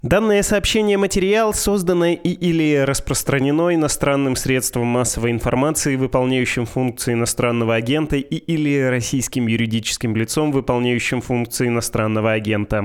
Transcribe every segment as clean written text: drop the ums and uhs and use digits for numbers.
Данное сообщение-материал создано или распространено иностранным средством массовой информации, выполняющим функции иностранного агента, или российским юридическим лицом, выполняющим функции иностранного агента.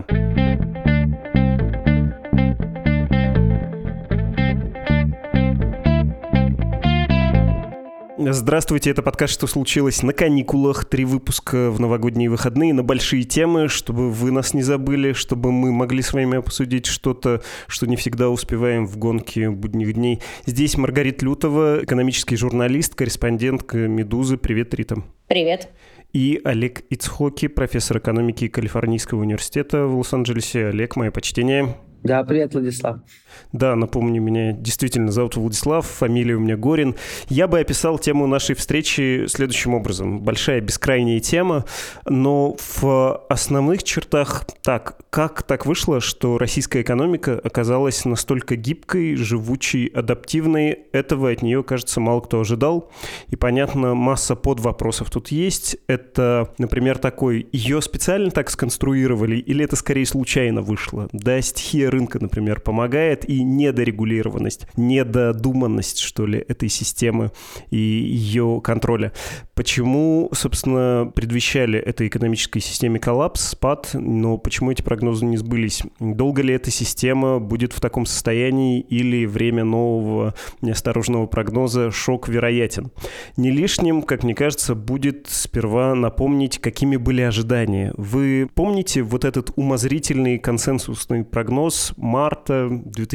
Здравствуйте, это подкаст «Что случилось на каникулах?» 3 выпуска в новогодние выходные на большие темы, чтобы вы нас не забыли, чтобы мы могли с вами обсудить что-то, что не всегда успеваем в гонке будних дней. Здесь Маргарита Лютова, экономический журналист, корреспондентка «Медузы». Привет, Рита. Привет. И Олег Ицхоки, профессор экономики Калифорнийского университета в Лос-Анджелесе. Олег, мое почтение. Да, привет, Владислав. Да, напомню, меня действительно зовут Владислав, фамилия у меня Горин. Я бы описал тему нашей встречи следующим образом. Большая, бескрайняя тема, но в основных чертах как так вышло, что российская экономика оказалась настолько гибкой, живучей, адаптивной? Этого от нее, кажется, мало кто ожидал. И, понятно, масса подвопросов тут есть. Это, например, такой, ее специально так сконструировали, или это скорее случайно вышло? Да, стихия рынка, например, помогает, и недорегулированность, недодуманность, что ли, этой системы и ее контроля. Почему, собственно, предвещали этой экономической системе коллапс, спад, но почему эти прогнозы не сбылись? Долго ли эта система будет в таком состоянии, или время нового неосторожного прогноза шок вероятен? Не лишним, как мне кажется, будет сперва напомнить, какими были ожидания. Вы помните вот этот умозрительный консенсусный прогноз марта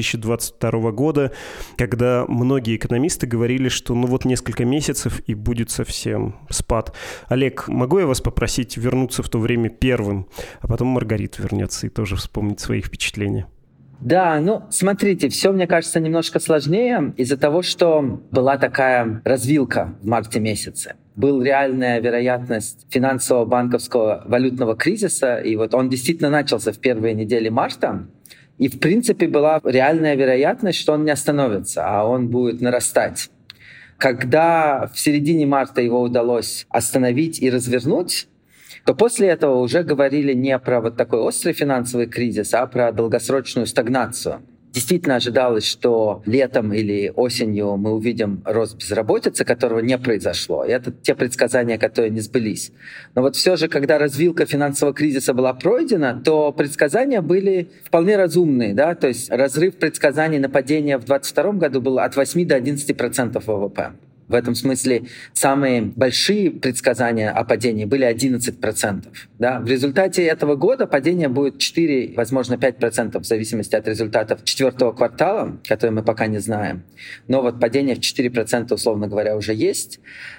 2022 года, когда многие экономисты говорили, что несколько месяцев и будет совсем спад. Олег, могу я вас попросить вернуться в то время первым, а потом Маргарита вернется и тоже вспомнить свои впечатления? Да, смотрите, все, мне кажется, немножко сложнее из-за того, что была такая развилка в марте месяце. Была реальная вероятность финансового, банковского, валютного кризиса, и вот он действительно начался в первые недели марта. И, в принципе, была реальная вероятность, что он не остановится, а он будет нарастать. Когда в середине марта его удалось остановить и развернуть, то после этого уже говорили не про вот такой острый финансовый кризис, а про долгосрочную стагнацию. Действительно ожидалось, что летом или осенью мы увидим рост безработицы, которого не произошло. И это те предсказания, которые не сбылись. Но вот все же, когда развилка финансового кризиса была пройдена, то предсказания были вполне разумные. Да? То есть разрыв предсказаний на падение в 2022 году был от 8 до 11% ВВП. В этом смысле самые большие предсказания о падении были 11%. Да? В результате этого года падение будет 4, возможно, 5%, в зависимости от результатов 4-го квартала, который мы пока не знаем. Но вот падение в 4%, условно говоря, уже есть.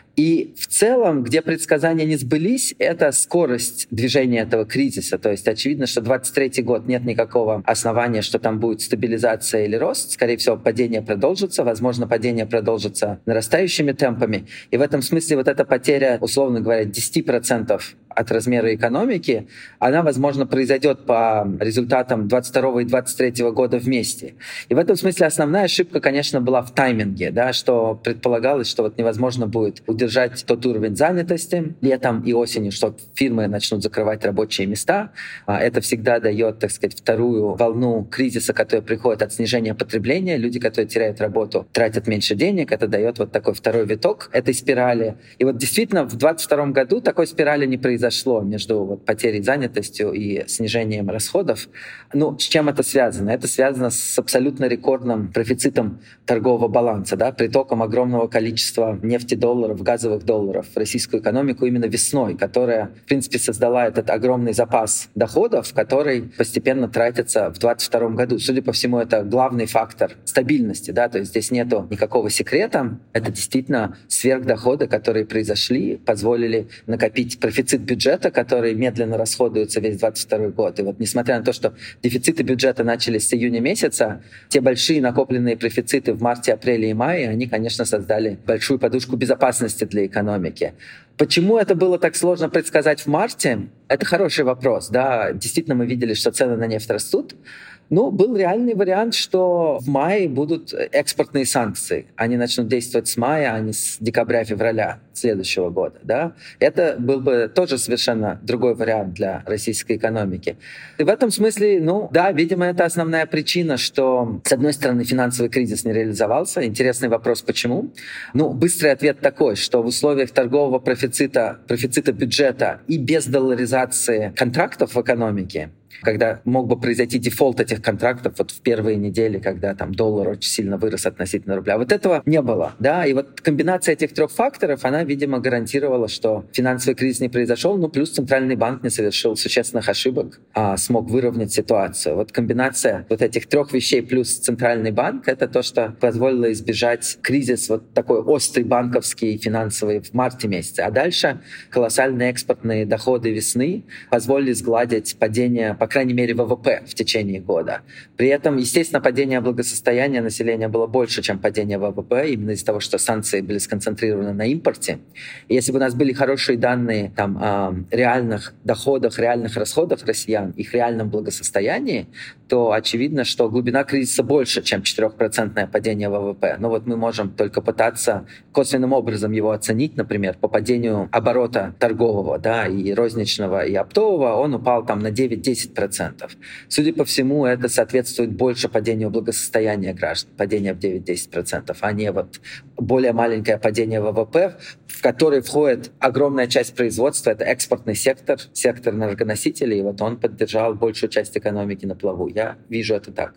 И в целом, где предсказания не сбылись, это скорость движения этого кризиса. То есть очевидно, что 2023 год нет никакого основания, что там будет стабилизация или рост. Скорее всего, падение продолжится. Возможно, падение продолжится нарастающими темпами. И в этом смысле вот эта потеря, условно говоря, 10% от размера экономики, она, возможно, произойдет по результатам 22 и 23 года вместе. И в этом смысле основная ошибка, конечно, была в тайминге, да, что предполагалось, что вот невозможно будет удержать тот уровень занятости летом и осенью, что фирмы начнут закрывать рабочие места. Это всегда дает, так сказать, вторую волну кризиса, которая приходит от снижения потребления. Люди, которые теряют работу, тратят меньше денег. Это дает вот такой второй виток этой спирали. И вот действительно в 2022 году такой спирали не произошло между вот потерей занятостью и снижением расходов. С чем это связано? Это связано с абсолютно рекордным профицитом торгового баланса, да, притоком огромного количества нефтедолларов, газовых долларов в российскую экономику именно весной, которая, в принципе, создала этот огромный запас доходов, который постепенно тратится в 2022 году. Судя по всему, это главный фактор стабильности, да, то есть здесь нету никакого секрета. Это действительно сверхдоходы, которые произошли, позволили накопить профицит бюджета, который медленно расходуется весь 2022 год. И вот несмотря на то, что дефициты бюджета начались с июня месяца, те большие накопленные профициты в марте, апреле и мае, они, конечно, создали большую подушку безопасности для экономики. Почему это было так сложно предсказать в марте? Это хороший вопрос. Да, действительно, мы видели, что цены на нефть растут. Но был реальный вариант, что в мае будут экспортные санкции. Они начнут действовать с мая, а не с декабря-февраля следующего года. Да? Это был бы тоже совершенно другой вариант для российской экономики. И в этом смысле, видимо, это основная причина, что, с одной стороны, финансовый кризис не реализовался. Интересный вопрос, почему? Быстрый ответ такой, что в условиях торгового профицита бюджета и без долларизации контрактов в экономике, когда мог бы произойти дефолт этих контрактов в первые недели, когда доллар очень сильно вырос относительно рубля. Вот этого не было. Да? И вот комбинация этих трех факторов, она, видимо, гарантировала, что финансовый кризис не произошел, плюс Центральный банк не совершил существенных ошибок, а смог выровнять ситуацию. Вот комбинация этих трех вещей плюс Центральный банк — это то, что позволило избежать кризис такой острый банковский, финансовый в марте месяце. А дальше колоссальные экспортные доходы весны позволили сгладить падение, по крайней мере, ВВП в течение года. При этом, естественно, падение благосостояния населения было больше, чем падение ВВП, именно из-за того, что санкции были сконцентрированы на импорте. И если бы у нас были хорошие данные о реальных доходах, реальных расходах россиян, их реальном благосостоянии, то очевидно, что глубина кризиса больше, чем 4% падение ВВП. Но мы можем только пытаться косвенным образом его оценить, например, по падению оборота торгового, и розничного, и оптового, он упал на 9-10%. Судя по всему, это соответствует больше падению благосостояния граждан, падение в 9-10%, а не более маленькое падение ВВП, в который входит огромная часть производства, это экспортный сектор энергоносителей, и он поддержал большую часть экономики на плаву. Я вижу это так.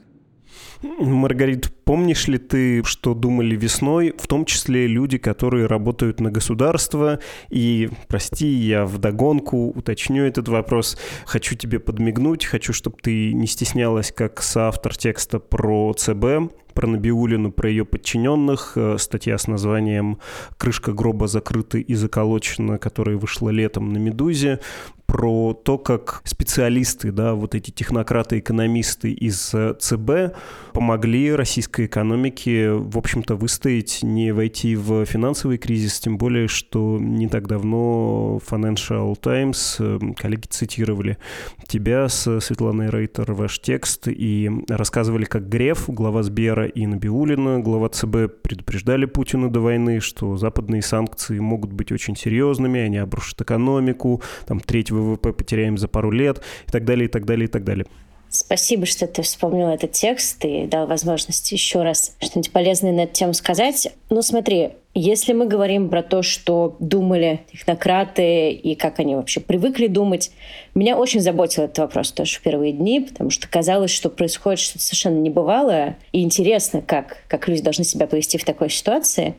Маргарита, помнишь ли ты, что думали весной, в том числе люди, которые работают на государство? И, прости, я вдогонку уточню этот вопрос. Хочу тебе подмигнуть, хочу, чтобы ты не стеснялась, как соавтор текста про ЦБ, про Набиуллину, про ее подчиненных. Статья с названием «Крышка гроба закрыта и заколочена», которая вышла летом на «Медузе», про то, как специалисты, эти технократы-экономисты из ЦБ помогли российской экономике, в общем-то, выстоять, не войти в финансовый кризис, тем более, что не так давно Financial Times, коллеги цитировали тебя с Светланой Рейтер, ваш текст, и рассказывали, как Греф, глава Сбера, и Набиуллина, глава ЦБ, предупреждали Путина до войны, что западные санкции могут быть очень серьезными, они обрушат экономику, треть ВВП потеряем за пару лет, и так далее, и так далее, и так далее. Спасибо, что ты вспомнил этот текст и дал возможность еще раз что-нибудь полезное на эту тему сказать. Смотри, если мы говорим про то, что думали технократы и как они вообще привыкли думать, меня очень заботил этот вопрос тоже в первые дни, потому что казалось, что происходит что-то совершенно небывалое и интересно, как люди должны себя повести в такой ситуации.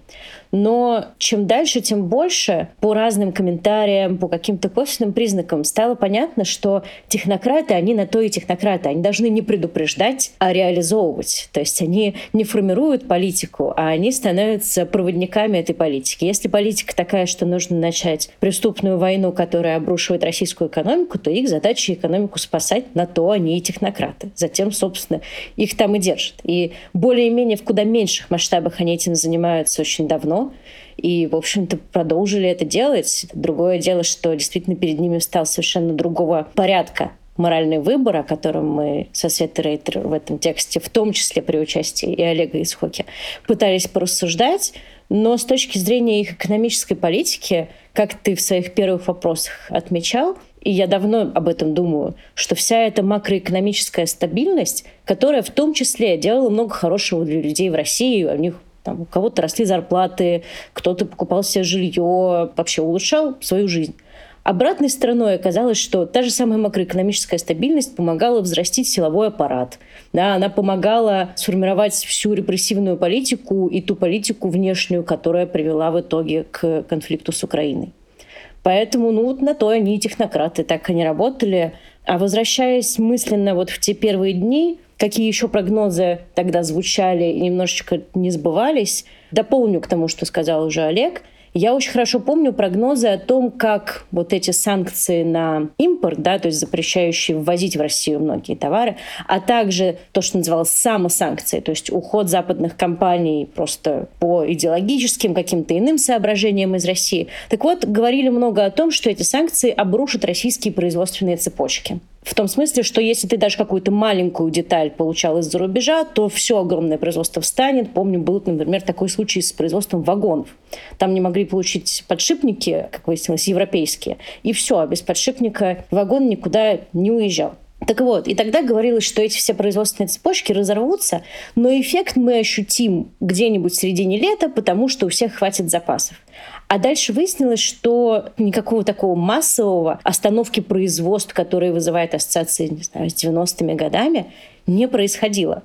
Но чем дальше, тем больше по разным комментариям, по каким-то косвенным признакам стало понятно, что технократы, они на то и технократы. Они должны не предупреждать, а реализовывать. То есть они не формируют политику, а они становятся проводниками этой политики. Если политика такая, что нужно начать преступную войну, которая обрушивает российскую экономику, то их задача экономику спасать, на то они и технократы. Затем, собственно, их там и держат. И более-менее в куда меньших масштабах они этим занимаются очень давно. И, в общем-то, продолжили это делать. Другое дело, что действительно перед ними стал совершенно другого порядка моральный выбор, о котором мы со Светой Рейтер в этом тексте, в том числе при участии и Олега Исхоки, пытались порассуждать. Но с точки зрения их экономической политики, как ты в своих первых вопросах отмечал, и я давно об этом думаю, что вся эта макроэкономическая стабильность, которая в том числе делала много хорошего для людей в России, у них у кого-то росли зарплаты, кто-то покупал себе жилье, вообще улучшал свою жизнь. Обратной стороной оказалось, что та же самая макроэкономическая стабильность помогала взрастить силовой аппарат. Да, она помогала сформировать всю репрессивную политику и ту политику внешнюю, которая привела в итоге к конфликту с Украиной. Поэтому на то они и технократы, так они работали. А возвращаясь мысленно в те первые дни, какие еще прогнозы тогда звучали и немножечко не сбывались, дополню к тому, что сказал уже Олег. Я очень хорошо помню прогнозы о том, как вот эти санкции на импорт, да, то есть запрещающие ввозить в Россию многие товары, а также то, что называлось самосанкции, то есть уход западных компаний просто по идеологическим каким-то иным соображениям из России. Так вот, говорили много о том, что эти санкции обрушат российские производственные цепочки. В том смысле, что если ты даже какую-то маленькую деталь получал из-за рубежа, то все огромное производство встанет. Помню, был, например, такой случай с производством вагонов. Там не могли получить подшипники, как выяснилось, европейские. И все, а без подшипника вагон никуда не уезжал. Так вот, и тогда говорилось, что эти все производственные цепочки разорвутся, но эффект мы ощутим где-нибудь в середине лета, потому что у всех хватит запасов. А дальше выяснилось, что никакого такого массового остановки производств, которые вызывают ассоциации, не знаю, с 90-ми годами, не происходило.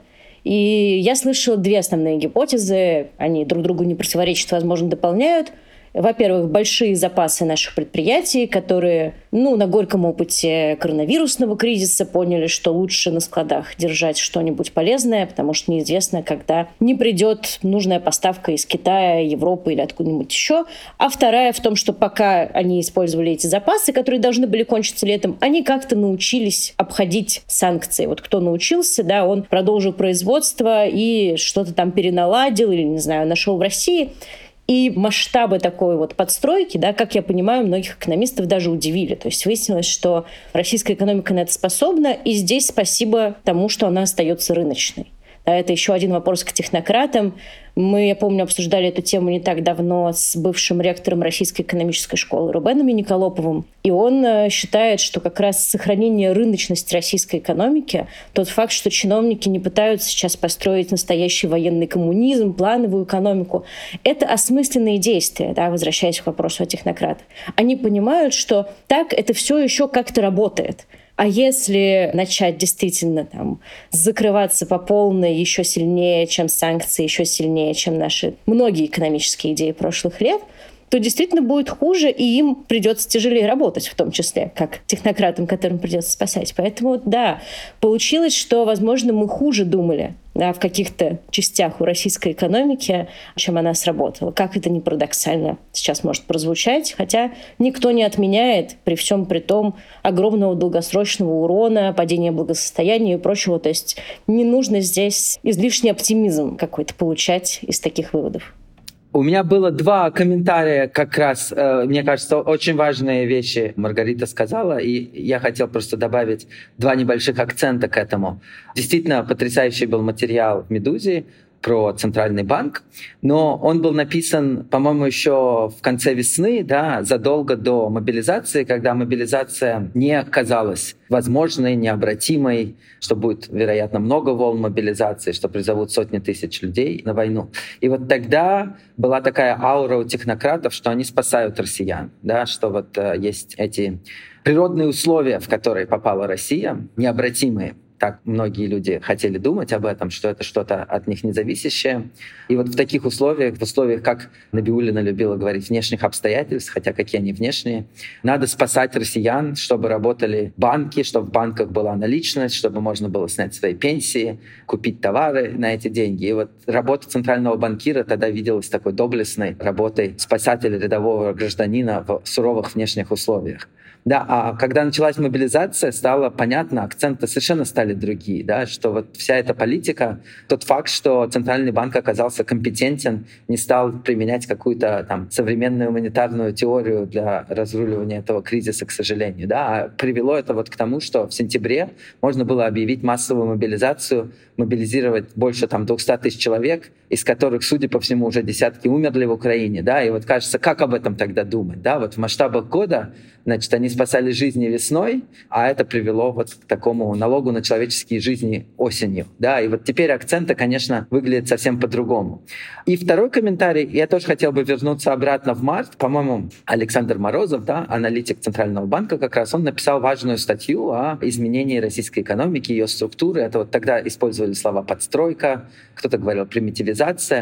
И я слышала две основные гипотезы, они друг другу не противоречат, возможно, дополняют. Во-первых, большие запасы наших предприятий, которые, на горьком опыте коронавирусного кризиса поняли, что лучше на складах держать что-нибудь полезное, потому что неизвестно, когда не придет нужная поставка из Китая, Европы или откуда-нибудь еще. А вторая в том, что пока они использовали эти запасы, которые должны были кончиться летом, они как-то научились обходить санкции. Вот кто научился, да, он продолжил производство и что-то там переналадил или, не знаю, нашел в России. И масштабы такой вот подстройки, да, как я понимаю, многих экономистов даже удивили. То есть выяснилось, что российская экономика на это способна, и здесь спасибо тому, что она остается рыночной. Да, это еще один вопрос к технократам. Мы, я помню, обсуждали эту тему не так давно с бывшим ректором Российской экономической школы Рубеном Николоповым. И он считает, что как раз сохранение рыночности российской экономики, тот факт, что чиновники не пытаются сейчас построить настоящий военный коммунизм, плановую экономику, это осмысленные действия, да, возвращаясь к вопросу о технократах. Они понимают, что так это все еще как-то работает. А если начать действительно закрываться по полной еще сильнее, чем санкции, еще сильнее, чем наши многие экономические идеи прошлых лет, то действительно будет хуже, и им придется тяжелее работать, в том числе, как технократам, которым придется спасать. Поэтому, да, получилось, что, возможно, мы хуже думали, да, в каких-то частях у российской экономики, чем она сработала. Как это ни парадоксально сейчас может прозвучать, хотя никто не отменяет при всем при том огромного долгосрочного урона, падения благосостояния и прочего. То есть не нужно здесь излишний оптимизм какой-то получать из таких выводов. У меня было два комментария как раз, мне кажется, очень важные вещи Маргарита сказала, и я хотел просто добавить два небольших акцента к этому. Действительно, потрясающий был материал в «Медузе» про Центральный банк, но он был написан, по-моему, еще в конце весны, да, задолго до мобилизации, когда мобилизация не казалась возможной, необратимой, что будет, вероятно, много волн мобилизации, что призовут сотни тысяч людей на войну. И вот тогда была такая аура у технократов, что они спасают россиян, да, что вот есть эти природные условия, в которые попала Россия, необратимые. Так многие люди хотели думать об этом, что это что-то от них независящее. И вот в таких условиях, в условиях, как Набиуллина любила говорить, внешних обстоятельств, хотя какие они внешние, надо спасать россиян, чтобы работали банки, чтобы в банках была наличность, чтобы можно было снять свои пенсии, купить товары на эти деньги. И вот работа центрального банкира тогда виделась такой доблестной работой спасателя рядового гражданина в суровых внешних условиях. Да, а когда началась мобилизация, стало понятно, акценты совершенно стали другие, да, что вот вся эта политика, тот факт, что Центральный банк оказался компетентен, не стал применять какую-то там современную монетарную теорию для разруливания этого кризиса, к сожалению, да, а привело это вот к тому, что в сентябре можно было объявить массовую мобилизацию, мобилизировать больше 200 тысяч человек, из которых, судя по всему, уже десятки умерли в Украине, да, и вот кажется, как об этом тогда думать, да, вот в масштабах года, значит, они спасали жизни весной, а это привело вот к такому налогу на человеческие жизни осенью, да, и вот теперь акценты, конечно, выглядят совсем по-другому. И второй комментарий, я тоже хотел бы вернуться обратно в март, по-моему, Александр Морозов, да, аналитик Центрального банка, как раз он написал важную статью о изменении российской экономики, ее структуры, это вот тогда использовали слова «подстройка», кто-то говорил «примитивизация».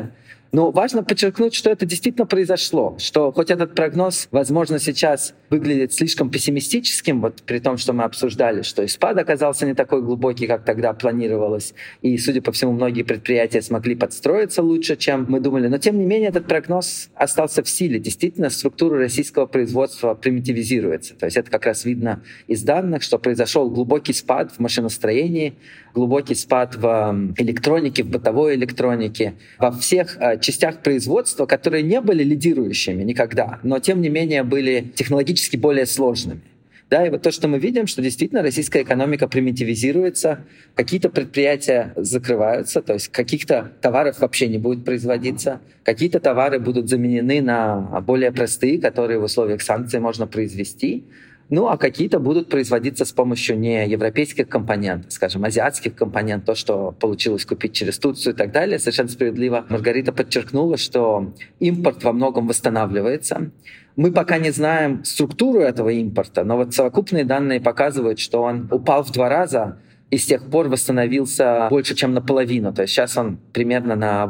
Но важно подчеркнуть, что это действительно произошло, что хоть этот прогноз, возможно, сейчас выглядит слишком пессимистическим, вот при том, что мы обсуждали, что и спад оказался не такой глубокий, как тогда планировалось, и, судя по всему, многие предприятия смогли подстроиться лучше, чем мы думали. Но, тем не менее, этот прогноз остался в силе. Действительно, структура российского производства примитивизируется. То есть это как раз видно из данных, что произошел глубокий спад в машиностроении, глубокий спад в электронике, в бытовой электронике, во всех частях производства, которые не были лидирующими никогда, но тем не менее были технологически более сложными. Да, и вот то, что мы видим, что действительно российская экономика примитивизируется, какие-то предприятия закрываются, то есть каких-то товаров вообще не будет производиться, какие-то товары будут заменены на более простые, которые в условиях санкций можно произвести. Ну, а какие-то будут производиться с помощью не европейских компонентов, скажем, азиатских компонентов, то, что получилось купить через Турцию и так далее. Совершенно справедливо Маргарита подчеркнула, что импорт во многом восстанавливается. Мы пока не знаем структуру этого импорта, но вот совокупные данные показывают, что он упал в 2 раза, и с тех пор восстановился больше, чем наполовину. То есть сейчас он примерно на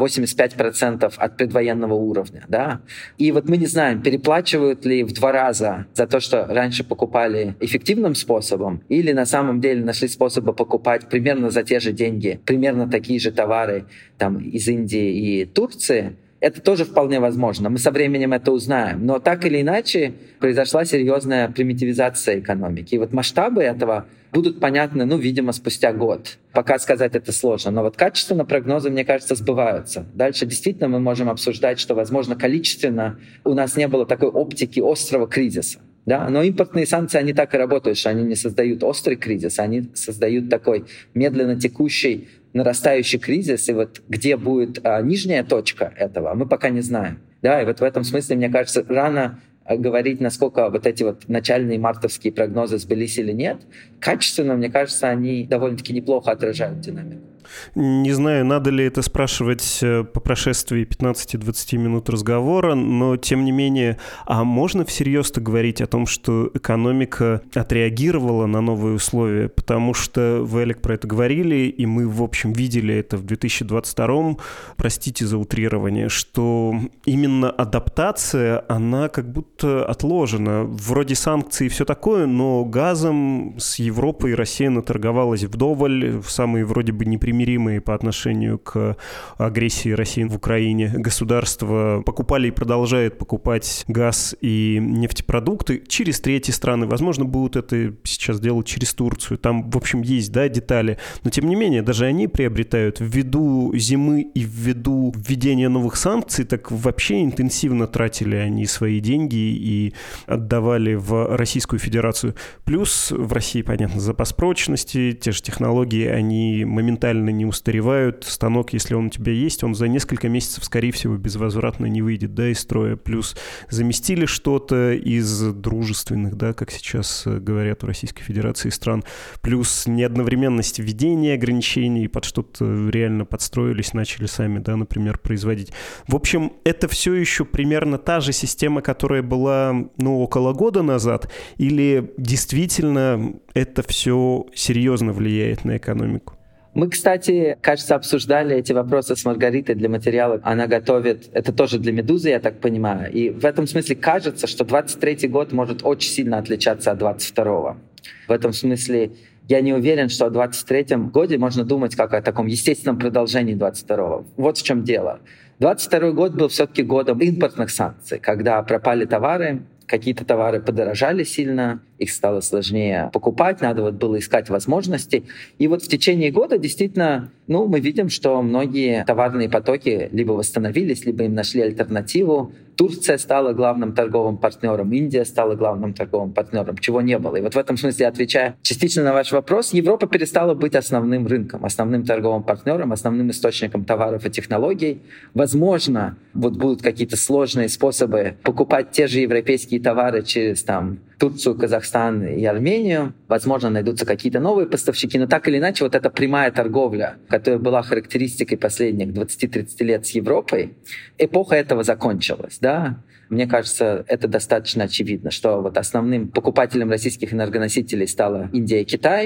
85% от предвоенного уровня. Да? И вот мы не знаем, переплачивают ли в 2 раза за то, что раньше покупали эффективным способом, или на самом деле нашли способы покупать примерно за те же деньги, примерно такие же товары там, из Индии и Турции. Это тоже вполне возможно. Мы со временем это узнаем. Но так или иначе произошла серьезная примитивизация экономики. И вот масштабы этого будут понятны, видимо, спустя год. Пока сказать это сложно. Но вот качественно прогнозы, мне кажется, сбываются. Дальше действительно мы можем обсуждать, что, возможно, количественно у нас не было такой оптики острого кризиса. Да? Но импортные санкции, они так и работают, что они не создают острый кризис, они создают такой медленно текущий, нарастающий кризис. И вот где будет нижняя точка этого, мы пока не знаем. Да? И вот в этом смысле, мне кажется, рано говорить, насколько вот эти вот начальные мартовские прогнозы сбылись или нет. Качественно, мне кажется, они довольно-таки неплохо отражают динамику. Не знаю, надо ли это спрашивать по прошествии 15-20 минут разговора, но тем не менее, а можно всерьез-то говорить о том, что экономика отреагировала на новые условия? Потому что вы, Олег, про это говорили, и мы, в общем, видели это в 2022-м, простите за утрирование, что именно адаптация, она как будто отложена. Вроде санкций и все такое, но газом с Европой Россия наторговалась вдоволь, в самые вроде бы непримиримые по отношению к агрессии России в Украине. Государство покупали и продолжает покупать газ и нефтепродукты через третьи страны. Возможно, будут это сейчас делать через Турцию. Там, в общем, есть, детали. Но, тем не менее, даже они приобретают ввиду зимы и ввиду введения новых санкций, так вообще интенсивно тратили они свои деньги и отдавали в Российскую Федерацию. Плюс в России, понятно, запас прочности, те же технологии, они моментально не устаревают. Станок, если он у тебя есть, он за несколько месяцев, скорее всего, безвозвратно не выйдет, из строя. Плюс заместили что-то из дружественных, как сейчас говорят в Российской Федерации стран. Плюс неодновременность введения ограничений, под что-то реально подстроились, начали сами, например, производить. В общем, это все еще примерно та же система, которая была, около года назад, или действительно это все серьезно влияет на экономику? Мы, кстати, кажется, обсуждали эти вопросы с Маргаритой для материала. Она готовит, это тоже для «Медузы», я так понимаю. И в этом смысле кажется, что 23-й год может очень сильно отличаться от 22-го. В этом смысле я не уверен, что о 23-м годе можно думать как о таком естественном продолжении 22-го. Вот в чем дело. 22-й год был все-таки годом импортных санкций, когда пропали товары, какие-то товары подорожали сильно, их стало сложнее покупать, надо было искать возможности. И вот в течение года действительно, мы видим, что многие товарные потоки либо восстановились, либо им нашли альтернативу. Турция стала главным торговым партнером, Индия стала главным торговым партнером, чего не было. И вот в этом смысле, отвечая частично на ваш вопрос, Европа перестала быть основным рынком, основным торговым партнером, основным источником товаров и технологий. Возможно, будут какие-то сложные способы покупать те же европейские товары через Турцию, Казахстан и Армению. Возможно, найдутся какие-то новые поставщики, но так или иначе вот эта прямая торговля, которая была характеристикой последних 20-30 лет с Европой, эпоха этого закончилась, Мне кажется, это достаточно очевидно, что вот основным покупателем российских энергоносителей стала Индия и Китай,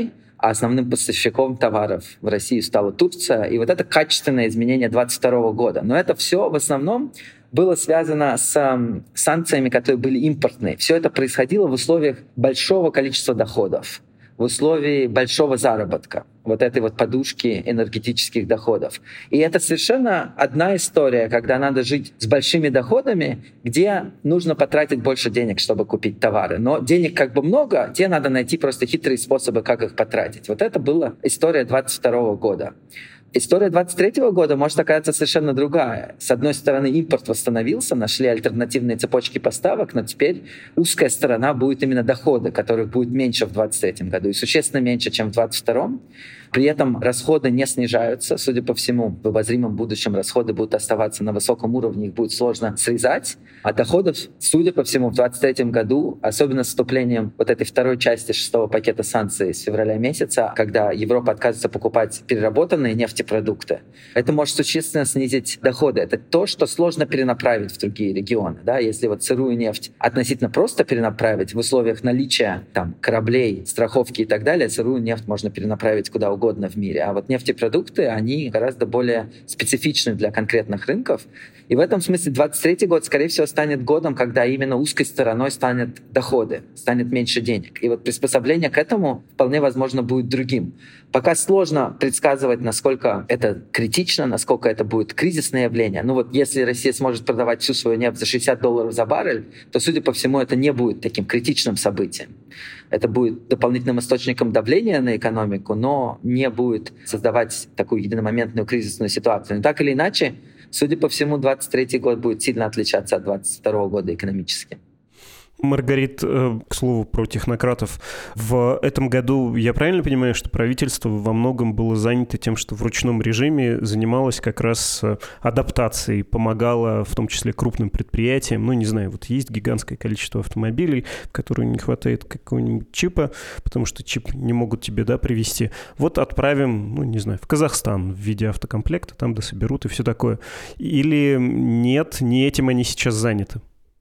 а основным поставщиком товаров в Россию стала Турция. И вот это качественное изменение 2022 года. Но это все в основном было связано с санкциями, которые были импортные. Все это происходило в условиях большого количества доходов, в условии большого заработка, вот этой вот подушки энергетических доходов. И это совершенно одна история, когда надо жить с большими доходами, где нужно потратить больше денег, чтобы купить товары. Но денег как бы много, тебе надо найти просто хитрые способы, как их потратить. Вот это была история 2022 года. История 2023 года может оказаться совершенно другая. С одной стороны, импорт восстановился, нашли альтернативные цепочки поставок, но теперь узкая сторона будет именно доходы, которых будет меньше в 2023 году и существенно меньше, чем в 2022. При этом расходы не снижаются. Судя по всему, в обозримом будущем расходы будут оставаться на высоком уровне, их будет сложно срезать. А доходов, судя по всему, в 2023 году, особенно с вступлением вот этой второй части 6-го пакета санкций с февраля месяца, когда Европа отказывается покупать переработанные нефтепродукты, это может существенно снизить доходы. Это то, что сложно перенаправить в другие регионы. Да? Если вот сырую нефть относительно просто перенаправить в условиях наличия там, кораблей, страховки и так далее, сырую нефть можно перенаправить куда угодно в мире. А вот нефтепродукты, они гораздо более специфичны для конкретных рынков. И в этом смысле 2023 год, скорее всего, станет годом, когда именно узкой стороной станет доходы, станет меньше денег. И вот приспособление к этому вполне возможно будет другим. Пока сложно предсказывать, насколько это критично, насколько это будет кризисное явление. Ну вот если Россия сможет продавать всю свою нефть за $60 за баррель, то, судя по всему, это не будет таким критичным событием. Это будет дополнительным источником давления на экономику, но не будет создавать такую единомоментную кризисную ситуацию. Но так или иначе, судя по всему, 2023 год будет сильно отличаться от 2022 года экономически. Маргарит, к слову про технократов, в этом году я правильно понимаю, что правительство во многом было занято тем, что в ручном режиме занималось как раз адаптацией, помогало в том числе крупным предприятиям, ну не знаю, вот есть гигантское количество автомобилей, в которые не хватает какого-нибудь чипа, потому что чип не могут тебе, да, привезти. Вот отправим, ну не знаю, в Казахстан в виде автокомплекта, там дособерут и все такое. Или нет, не этим они сейчас заняты?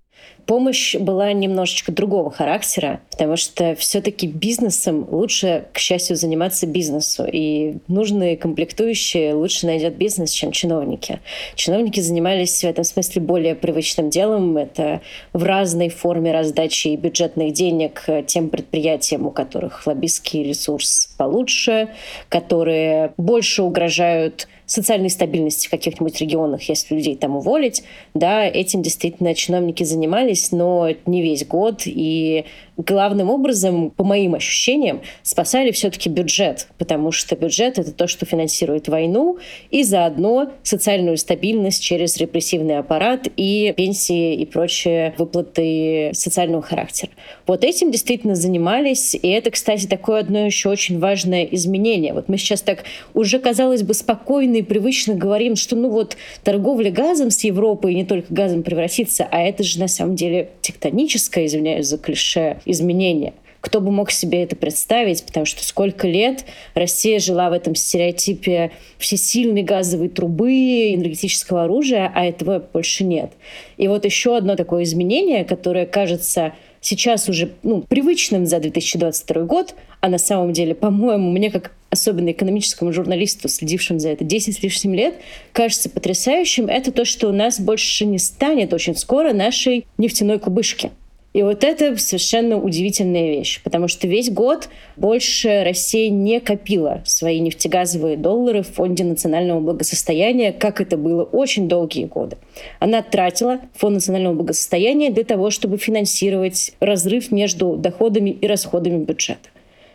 Помощь была немножечко другого характера, потому что все-таки бизнесом лучше, к счастью, заниматься бизнесу. И нужные комплектующие лучше найдет бизнес, чем чиновники. Чиновники занимались в этом смысле более привычным делом. Это в разной форме раздачи бюджетных денег тем предприятиям, у которых лоббистский ресурс получше, которые больше угрожают социальной стабильности в каких-нибудь регионах, если людей там уволить. Да, этим действительно чиновники занимались, но не весь год. И главным образом, по моим ощущениям, спасали все-таки бюджет, потому что бюджет — это то, что финансирует войну и заодно социальную стабильность через репрессивный аппарат и пенсии и прочие выплаты социального характера. Вот этим действительно занимались, и это, кстати, такое одно еще очень важное изменение. Вот мы сейчас так уже, казалось бы, спокойно и привычно говорим, что ну вот торговля газом с Европой не только газом превратится, а это же на самом деле тектоническое, извиняюсь за клише, изменение. Кто бы мог себе это представить, потому что сколько лет Россия жила в этом стереотипе всесильной газовой трубы, энергетического оружия, а этого больше нет. И вот еще одно такое изменение, которое кажется сейчас уже привычным за 2022 год, а на самом деле, по-моему, мне как особенно экономическому журналисту, следившему за это 10 с лишним лет, кажется потрясающим, это то, что у нас больше не станет очень скоро нашей нефтяной кубышки. И вот это совершенно удивительная вещь, потому что весь год больше Россия не копила свои нефтегазовые доллары в Фонде национального благосостояния, как это было очень долгие годы. Она тратила Фонд национального благосостояния для того, чтобы финансировать разрыв между доходами и расходами бюджета.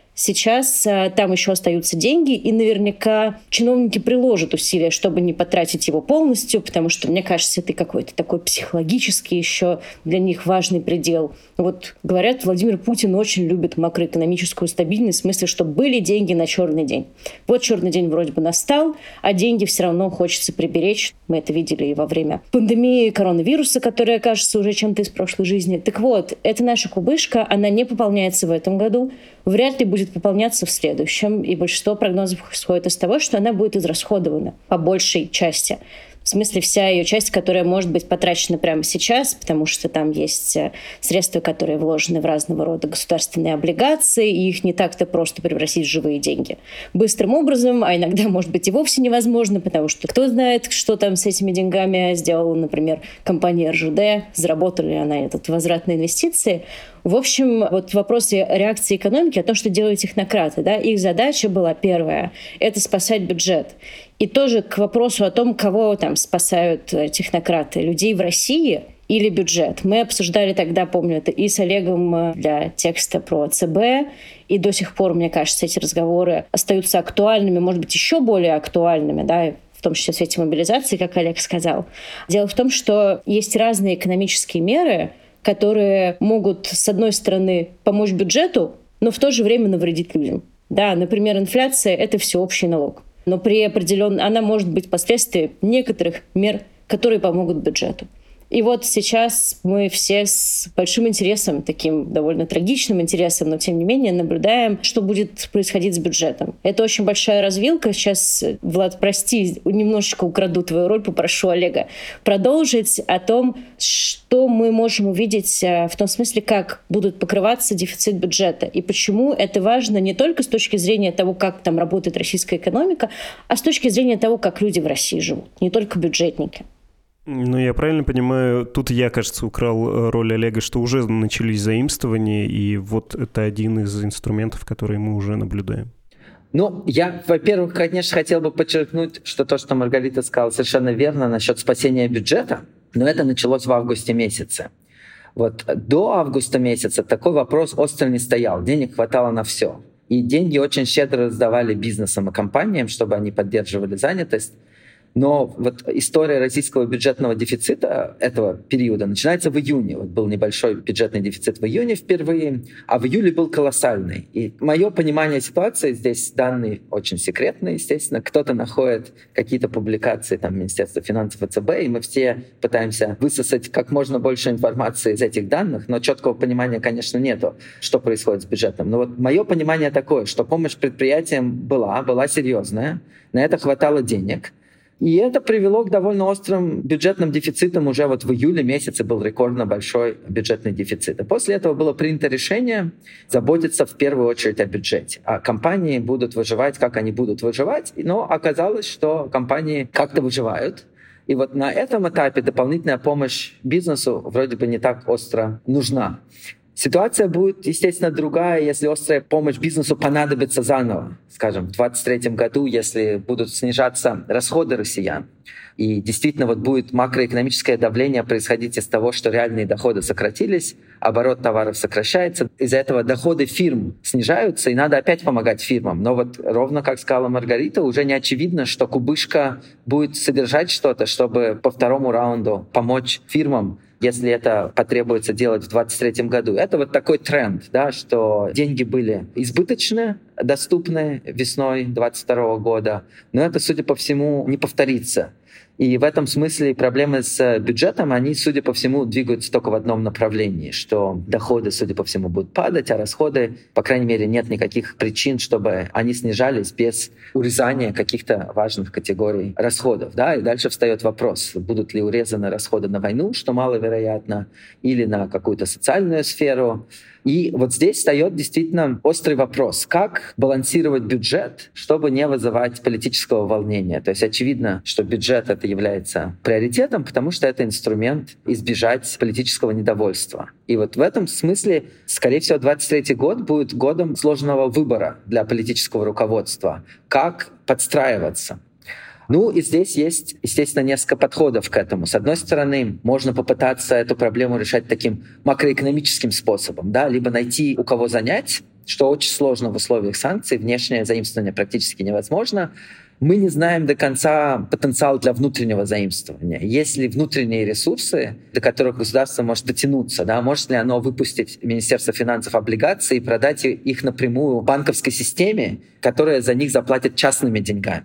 Сейчас там еще остаются деньги, и наверняка чиновники приложат усилия, чтобы не потратить его полностью, потому что, мне кажется, это какой-то такой психологический еще для них важный предел. Вот говорят, Владимир Путин очень любит макроэкономическую стабильность, в смысле, что были деньги на черный день. Вот черный день вроде бы настал, а деньги все равно хочется приберечь. Мы это видели и во время пандемии коронавируса, которая, кажется, уже чем-то из прошлой жизни. Так вот, это наша кубышка, она не пополняется в этом году, вряд ли будет пополняться в следующем, и большинство прогнозов исходит из того, что она будет израсходована по большей части. В смысле, вся ее часть, которая может быть потрачена прямо сейчас, потому что там есть средства, которые вложены в разного рода государственные облигации, и их не так-то просто превратить в живые деньги. Быстрым образом, а иногда, может быть, и вовсе невозможно, потому что кто знает, что там с этими деньгами сделала, например, компания РЖД, заработала ли она этот возврат на инвестиции. В общем, вот вопрос реакции экономики, о том, что делают технократы. Да, их задача была первая — это спасать бюджет. И тоже к вопросу о том, кого там спасают технократы, людей в России или бюджет. Мы обсуждали тогда, помню, это и с Олегом для текста про ЦБ, и до сих пор, мне кажется, эти разговоры остаются актуальными, может быть, еще более актуальными, да, в том числе в свете мобилизации, как Олег сказал. Дело в том, что есть разные экономические меры, которые могут, с одной стороны, помочь бюджету, но в то же время навредить людям. Да, например, инфляция — это всеобщий налог. Но при определенном она может быть последствием некоторых мер, которые помогут бюджету. И вот сейчас мы все с большим интересом, таким довольно трагичным интересом, но тем не менее наблюдаем, что будет происходить с бюджетом. Это очень большая развилка. Сейчас, Влад, прости, немножечко украду твою роль, попрошу Олега продолжить о том, что мы можем увидеть в том смысле, как будут покрываться дефицит бюджета и почему это важно не только с точки зрения того, как там работает российская экономика, а с точки зрения того, как люди в России живут, не только бюджетники. Ну, я правильно понимаю, тут я, кажется, украл роль Олега, что уже начались заимствования, и вот это один из инструментов, которые мы уже наблюдаем. Ну, я, во-первых, конечно, хотел бы подчеркнуть, что то, что Маргарита сказала, совершенно верно насчет спасения бюджета, но это началось в августе месяце. Вот до августа месяца такой вопрос остро не стоял, денег хватало на все. И деньги очень щедро раздавали бизнесам и компаниям, чтобы они поддерживали занятость. Но вот история российского бюджетного дефицита этого периода начинается в июне. Вот был небольшой бюджетный дефицит в июне впервые, а в июле был колоссальный. И мое понимание ситуации, здесь данные очень секретные, естественно. Кто-то находит какие-то публикации там, Министерства финансов и ЦБ, и мы все пытаемся высосать как можно больше информации из этих данных, но четкого понимания, конечно, нету, что происходит с бюджетом. Но вот мое понимание такое, что помощь предприятиям была серьезная, на это хватало денег. И это привело к довольно острым бюджетным дефицитам. Уже вот в июле месяце был рекордно большой бюджетный дефицит. И после этого было принято решение заботиться в первую очередь о бюджете. А компании будут выживать, как они будут выживать. Но оказалось, что компании как-то выживают. И вот на этом этапе дополнительная помощь бизнесу вроде бы не так остро нужна. Ситуация будет, естественно, другая, если острая помощь бизнесу понадобится заново. Скажем, в 2023 году, если будут снижаться расходы россиян, и действительно вот будет макроэкономическое давление происходить из того, что реальные доходы сократились, оборот товаров сокращается, из-за этого доходы фирм снижаются, и надо опять помогать фирмам. Но вот ровно как сказала Маргарита, уже не очевидно, что кубышка будет содержать что-то, чтобы по второму раунду помочь фирмам, если это потребуется делать в 2023 году. Это вот такой тренд, да, что деньги были избыточны, доступны весной 2022 года, но это, судя по всему, не повторится. И в этом смысле проблемы с бюджетом, они, судя по всему, двигаются только в одном направлении, что доходы, судя по всему, будут падать, а расходы, по крайней мере, нет никаких причин, чтобы они снижались без урезания каких-то важных категорий расходов. Да? И дальше встает вопрос, будут ли урезаны расходы на войну, что маловероятно, или на какую-то социальную сферу. И вот здесь встает действительно острый вопрос, как балансировать бюджет, чтобы не вызывать политического волнения. То есть очевидно, что бюджет это является приоритетом, потому что это инструмент избежать политического недовольства. И вот в этом смысле, скорее всего, 2023 год будет годом сложного выбора для политического руководства. Как подстраиваться? Ну и здесь есть, естественно, несколько подходов к этому. С одной стороны, можно попытаться эту проблему решать таким макроэкономическим способом, да, либо найти у кого занять, что очень сложно в условиях санкций, внешнее заимствование практически невозможно. Мы не знаем до конца потенциал для внутреннего заимствования. Есть ли внутренние ресурсы, до которых государство может дотянуться? Да? Может ли оно выпустить Министерство финансов облигации и продать их напрямую банковской системе, которая за них заплатит частными деньгами?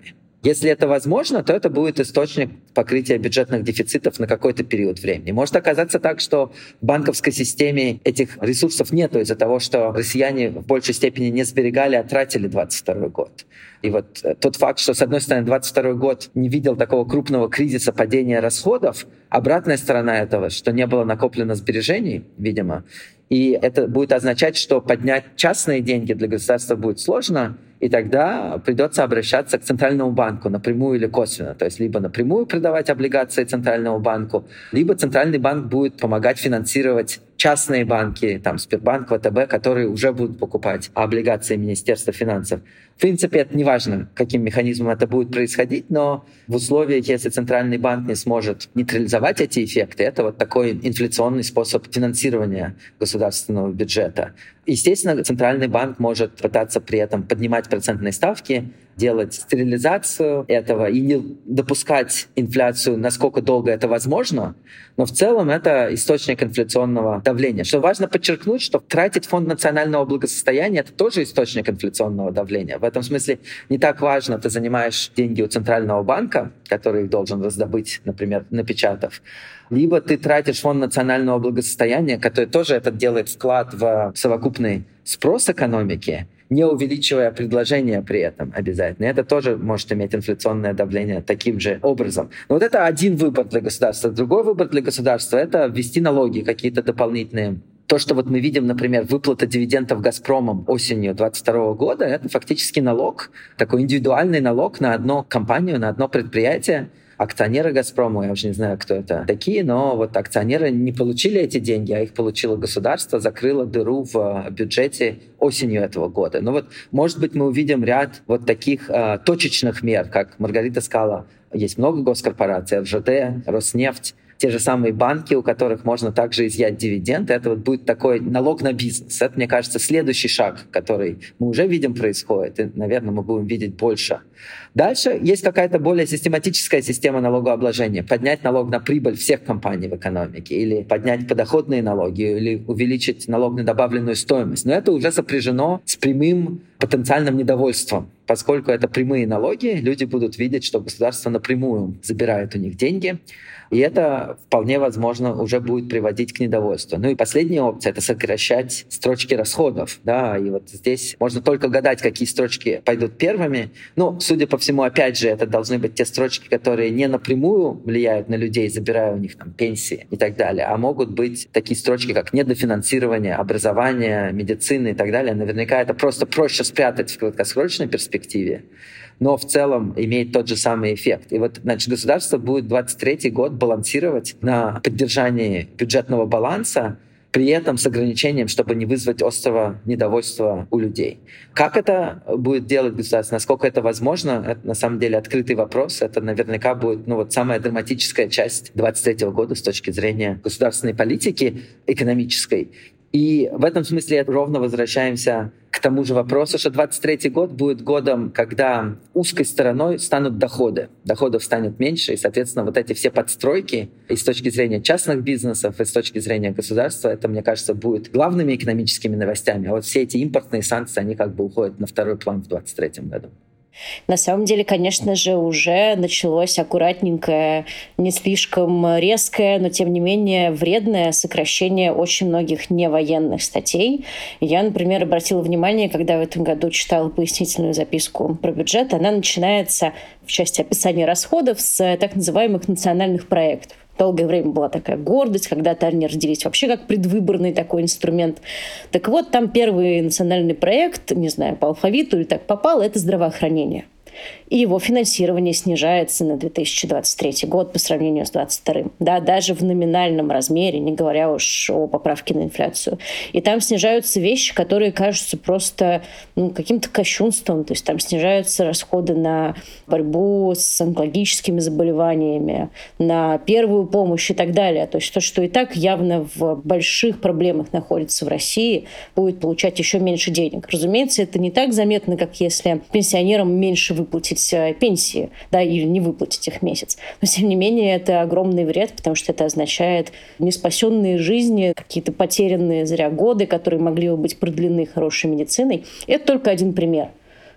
Если это возможно, то это будет источник покрытия бюджетных дефицитов на какой-то период времени. Может оказаться так, что в банковской системе этих ресурсов нету из-за того, что россияне в большей степени не сберегали, а тратили 2022 год. И вот тот факт, что, с одной стороны, 2022 год не видел такого крупного кризиса падения расходов, обратная сторона этого, что не было накоплено сбережений, видимо, и это будет означать, что поднять частные деньги для государства будет сложно, и тогда придется обращаться к Центральному банку напрямую или косвенно. То есть либо напрямую продавать облигации Центральному банку, либо Центральный банк будет помогать финансировать частные банки, там Сбербанк, ВТБ, которые уже будут покупать облигации Министерства финансов. В принципе, это не важно, каким механизмом это будет происходить, но в условиях, если Центральный банк не сможет нейтрализовать эти эффекты, это вот такой инфляционный способ финансирования государственного бюджета. Естественно, Центральный банк может пытаться при этом поднимать процентные ставки, делать стерилизацию этого и не допускать инфляцию, насколько долго это возможно, но в целом это источник инфляционного давления. Что важно подчеркнуть, что тратить фонд национального благосостояния — это тоже источник инфляционного давления. В этом смысле не так важно, ты занимаешь деньги у Центрального банка, который их должен раздобыть, например, напечатав, либо ты тратишь фонд национального благосостояния, который тоже это делает вклад в совокупный спрос экономики, не увеличивая предложение при этом обязательно. И это тоже может иметь инфляционное давление таким же образом. Но вот это один выбор для государства. Другой выбор для государства — это ввести налоги какие-то дополнительные. То, что вот мы видим, например, выплата дивидендов «Газпромом» осенью 2022 года, это фактически налог, такой индивидуальный налог на одну компанию, на одно предприятие. Акционеры «Газпрома», я уже не знаю, кто это такие, но вот акционеры не получили эти деньги, а их получило государство, закрыло дыру в бюджете осенью этого года. Но вот, может быть, мы увидим ряд вот таких точечных мер, как Маргарита сказала, есть много госкорпораций, РЖД, Роснефть, те же самые банки, у которых можно также изъять дивиденды. Это вот будет такой налог на бизнес. Это, мне кажется, следующий шаг, который мы уже видим происходит, и, наверное, мы будем видеть больше. Дальше есть какая-то более систематическая система налогообложения. Поднять налог на прибыль всех компаний в экономике, или поднять подоходные налоги, или увеличить налог на добавленную стоимость. Но это уже сопряжено с прямым потенциальным недовольством. Поскольку это прямые налоги, люди будут видеть, что государство напрямую забирает у них деньги, и это вполне возможно уже будет приводить к недовольству. Ну и последняя опция — это сокращать строчки расходов. Да, и вот здесь можно только гадать, какие строчки пойдут первыми. Ну, судя по всему, опять же, это должны быть те строчки, которые не напрямую влияют на людей, забирая у них там пенсии и так далее, а могут быть такие строчки, как недофинансирование образования, медицины и так далее. Наверняка это просто проще спрятать в краткосрочной перспективе, но в целом имеет тот же самый эффект. И вот, значит, государство будет 2023 год балансировать на поддержании бюджетного баланса, при этом с ограничением, чтобы не вызвать острого недовольства у людей. Как это будет делать государство, насколько это возможно, это на самом деле открытый вопрос. Это наверняка будет самая драматическая часть 2023 года с точки зрения государственной политики экономической. И в этом смысле ровно возвращаемся к тому же вопросу, что 2023 год будет годом, когда узкой стороной станут доходы. Доходов станет меньше, и, соответственно, вот эти все подстройки и с точки зрения частных бизнесов, и с точки зрения государства, это, мне кажется, будет главными экономическими новостями. А вот все эти импортные санкции, они как бы уходят на второй план в 2023 году. На самом деле, конечно же, уже началось аккуратненькое, не слишком резкое, но тем не менее вредное сокращение очень многих невоенных статей. Я, например, обратила внимание, когда в этом году читала пояснительную записку про бюджет, она начинается в части описания расходов с так называемых национальных проектов. Долгое время была такая гордость, когда-то они родились вообще как предвыборный такой инструмент. Так вот, там первый национальный проект, не знаю, по алфавиту или так попал, это здравоохранение. И его финансирование снижается на 2023 год по сравнению с 2022. Да, даже в номинальном размере, не говоря уж о поправке на инфляцию. И там снижаются вещи, которые кажутся просто каким-то кощунством. То есть там снижаются расходы на борьбу с онкологическими заболеваниями, на первую помощь и так далее. То есть то, что и так явно в больших проблемах находится в России, будет получать еще меньше денег. Разумеется, это не так заметно, как если пенсионерам меньше выплатить пенсии, да, или не выплатить их месяц. Но, тем не менее, это огромный вред, потому что это означает неспасенные жизни, какие-то потерянные зря годы, которые могли бы быть продлены хорошей медициной. Это только один пример.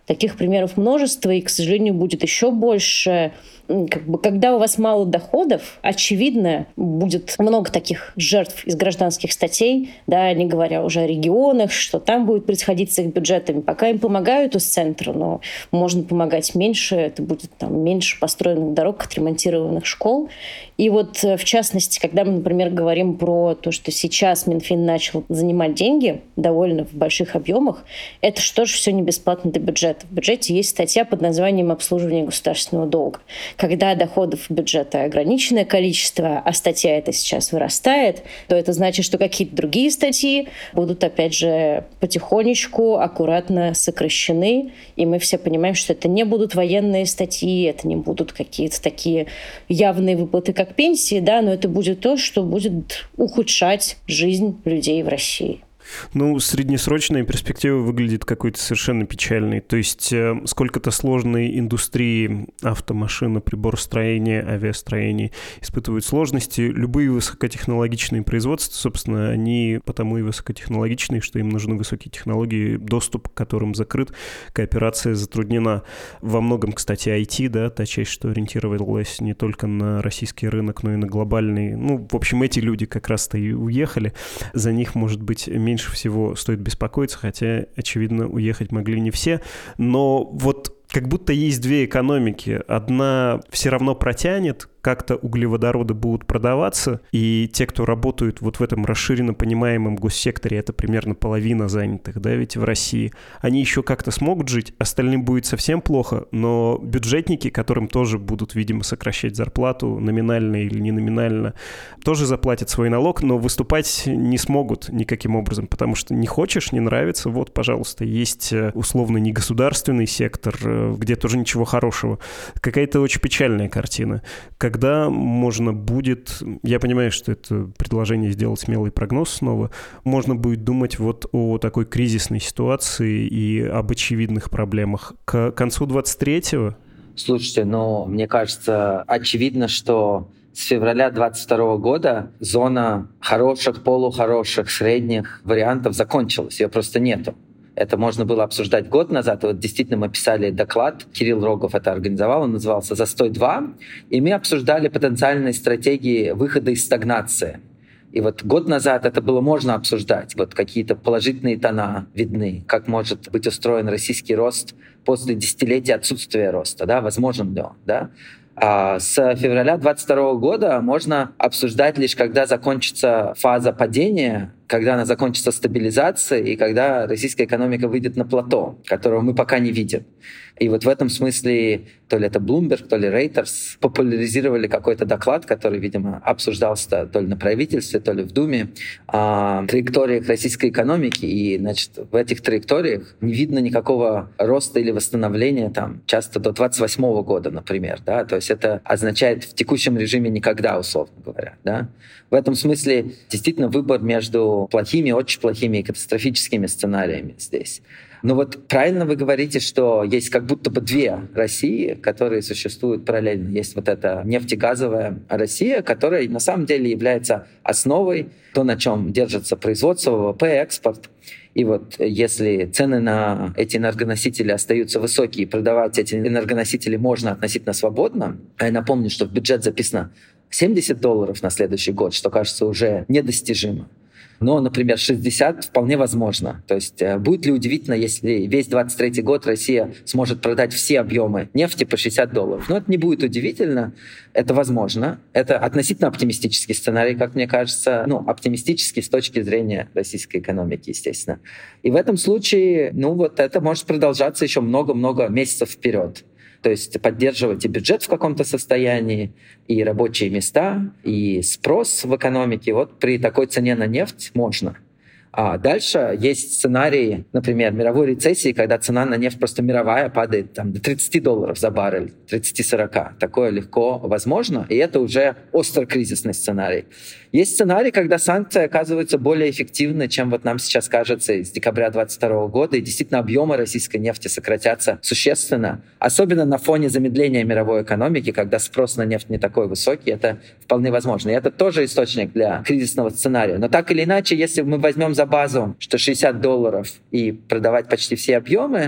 Таких примеров множество, и, к сожалению, будет еще больше. Когда у вас мало доходов, очевидно, будет много таких жертв из гражданских статей, да, не говоря уже о регионах, что там будет происходить с их бюджетами. Пока им помогают из центра, но можно помогать меньше, это будет там меньше построенных дорог, отремонтированных школ. И вот, в частности, когда мы, например, говорим про то, что сейчас Минфин начал занимать деньги довольно в больших объемах, это что же все не бесплатно для бюджета. В бюджете есть статья под названием «Обслуживание государственного долга». Когда доходов бюджета ограниченное количество, а статья эта сейчас вырастает, то это значит, что какие-то другие статьи будут, опять же, потихонечку, аккуратно сокращены. И мы все понимаем, что это не будут военные статьи, это не будут какие-то такие явные выплаты, как пенсии, да, но это будет то, что будет ухудшать жизнь людей в России. Ну, среднесрочная перспектива выглядит какой-то совершенно печальной. То есть сколько-то сложной индустрии автомашины, приборостроения, авиастроения испытывают сложности. Любые высокотехнологичные производства, собственно, они потому и высокотехнологичные, что им нужны высокие технологии, доступ к которым закрыт, кооперация затруднена. Во многом, кстати, IT, да, та часть, что ориентировалась не только на российский рынок, но и на глобальный. Ну, в общем, эти люди как раз-то и уехали. За них, может быть, меньше всего стоит беспокоиться, хотя, очевидно, уехать могли не все. Но вот как будто есть две экономики. Одна все равно протянет, как-то углеводороды будут продаваться, и те, кто работают вот в этом расширенно понимаемом госсекторе, это примерно половина занятых, да, ведь в России, они еще как-то смогут жить, остальным будет совсем плохо, но бюджетники, которым тоже будут, видимо, сокращать зарплату номинально или не номинально, тоже заплатят свой налог, но выступать не смогут никаким образом, потому что не хочешь, не нравится, вот, пожалуйста, есть условно негосударственный сектор, где тоже ничего хорошего. Какая-то очень печальная картина. Когда можно будет, я понимаю, что это предложение сделать смелый прогноз снова, можно будет думать вот о такой кризисной ситуации и об очевидных проблемах. К концу 23-го? Слушайте, мне кажется, очевидно, что с февраля 2022 года зона хороших, полухороших, средних вариантов закончилась. Ее просто нету. Это можно было обсуждать год назад. Вот действительно мы писали доклад, Кирилл Рогов это организовал, он назывался «Застой 2», и мы обсуждали потенциальные стратегии выхода из стагнации. И вот год назад это было можно обсуждать. Вот какие-то положительные тона видны, как может быть устроен российский рост после десятилетия отсутствия роста, да, возможен ли он, да. А с февраля 2022 года можно обсуждать лишь, когда закончится фаза падения, когда она закончится стабилизацией и когда российская экономика выйдет на плато, которого мы пока не видим. И вот в этом смысле то ли это Bloomberg, то ли Reuters популяризировали какой-то доклад, который, видимо, обсуждался то ли на правительстве, то ли в Думе, о траекториях российской экономики. И, значит, в этих траекториях не видно никакого роста или восстановления там часто до 28 года, например. Да? То есть это означает в текущем режиме никогда, условно говоря. Да? В этом смысле действительно выбор между плохими, очень плохими и катастрофическими сценариями здесь. Но вот правильно вы говорите, что есть как будто бы две России, которые существуют параллельно. Есть вот эта нефтегазовая Россия, которая на самом деле является основой, то, на чем держится производство, ВВП, экспорт. И вот если цены на эти энергоносители остаются высокие, продавать эти энергоносители можно относительно свободно, а я напомню, что в бюджет записано $70 на следующий год, что кажется уже недостижимо. Но, например, 60 вполне возможно. То есть будет ли удивительно, если весь 23 год Россия сможет продать все объемы нефти по $60? Но это не будет удивительно, это возможно. Это относительно оптимистический сценарий, как мне кажется. Оптимистический с точки зрения российской экономики, естественно. И в этом случае, это может продолжаться еще много-много месяцев вперед. То есть поддерживать и бюджет в каком-то состоянии, и рабочие места, и спрос в экономике. Вот при такой цене на нефть можно. А дальше есть сценарии, например, мировой рецессии, когда цена на нефть просто мировая падает до $30 за баррель, 30-40. Такое легко возможно, и это уже острокризисный сценарий. Есть сценарий, когда санкции оказываются более эффективны, чем вот нам сейчас кажется с декабря 2022 года, и действительно объемы российской нефти сократятся существенно, особенно на фоне замедления мировой экономики, когда спрос на нефть не такой высокий, это вполне возможно. И это тоже источник для кризисного сценария. Но так или иначе, если мы возьмем за базу, что $60 и продавать почти все объемы,